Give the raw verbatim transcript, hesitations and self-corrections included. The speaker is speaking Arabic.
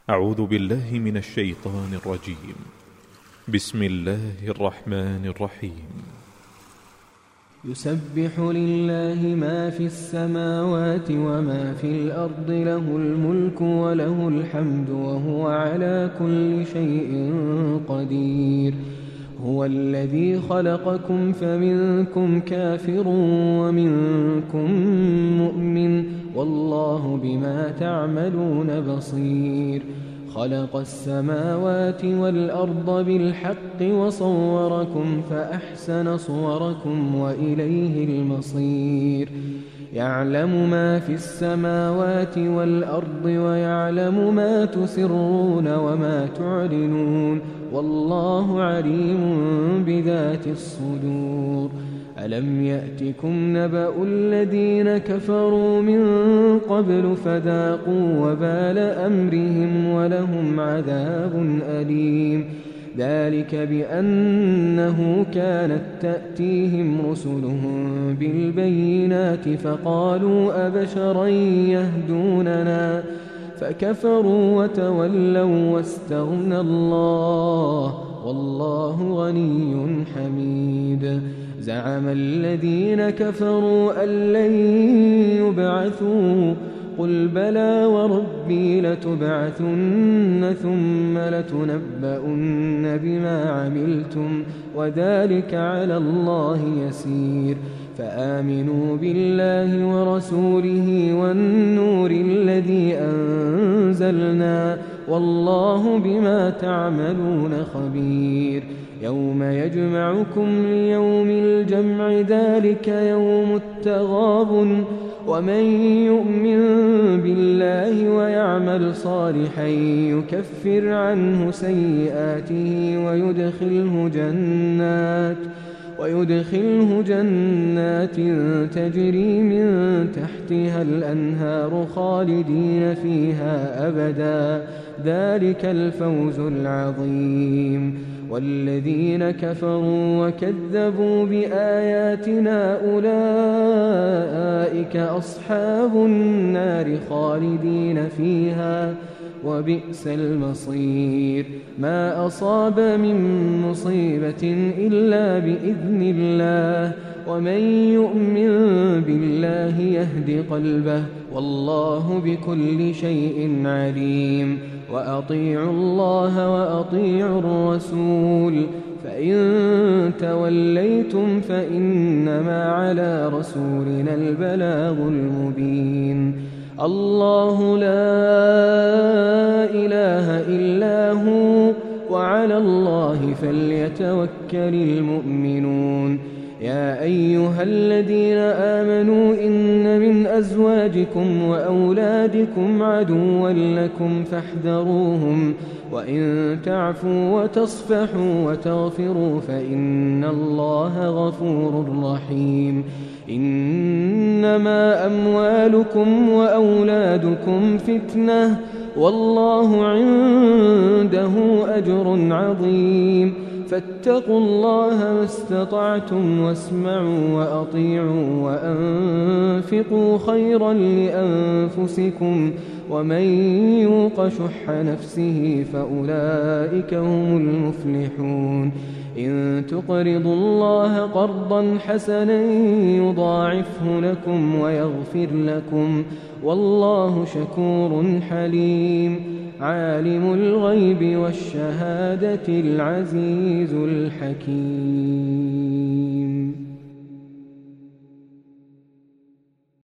أعوذ بالله من الشيطان الرجيم. بسم الله الرحمن الرحيم. يسبح لله ما في السماوات وما في الأرض، له الملك وله الحمد وهو على كل شيء قدير. هو الذي خلقكم فمنكم كافر ومنكم مؤمن، والله بما تعملون بصير. خلق السماوات والأرض بالحق وصوركم فأحسن صوركم وإليه المصير. يعلم ما في السماوات والأرض ويعلم ما تسرون وما تعلنون، والله عليم بذات الصدور. ألم يأتكم نبأ الذين كفروا من قبل فذاقوا وبال أمرهم ولهم عذاب أليم. ذلك بأنه كانت تأتيهم رسلهم بالبينات فقالوا أبشرا يهدوننا فكفروا وتولوا واستغنى الله، والله غني حميد. زعم الذين كفروا أن لن يبعثوا، قل بلى وربي لتبعثن ثم لتنبؤن بما عملتم وذلك على الله يسير. فآمنوا بالله ورسوله والنور الذي أنزلنا، والله بما تعملون خبير. يوم يجمعكم ليوم الجمع، ذلك يوم التغابن. ومن يؤمن بالله ويعمل صالحا يكفر عنه سيئاته ويدخله جنات ويدخله جنات تجري من تحتها الأنهار خالدين فيها أبدا، ذلك الفوز العظيم. والذين كفروا وكذبوا بآياتنا أولئك أصحاب النار خالدين فيها وبئس المصير. ما أصاب من مصيبة إلا بإذن الله، ومن يؤمن بالله يهد قلبه، والله بكل شيء عليم. وأطيعوا الله وأطيعوا الرسول، فإن توليتم فإنما على رسولنا البلاغ المبين. الله لا إله إلا هو، وعلى الله فليتوكل المؤمنون. يا أيها الذين آمنوا إن من أزواجكم وأولادكم عدوا لكم فاحذروهم، وإن تعفوا وتصفحوا وتغفروا فإن الله غفور رحيم. إنما أموالكم وأولادكم فتنة، والله عنده أجر عظيم. فاتقوا الله ما استطعتم واسمعوا وأطيعوا وأنفقوا خيرا لأنفسكم، ومن يوق شح نفسه فأولئك هم المفلحون. إن تقرضوا الله قرضا حسنا يضاعفه لكم ويغفر لكم، والله شكور حليم. عالم الغيب والشهادة العزيز الحكيم.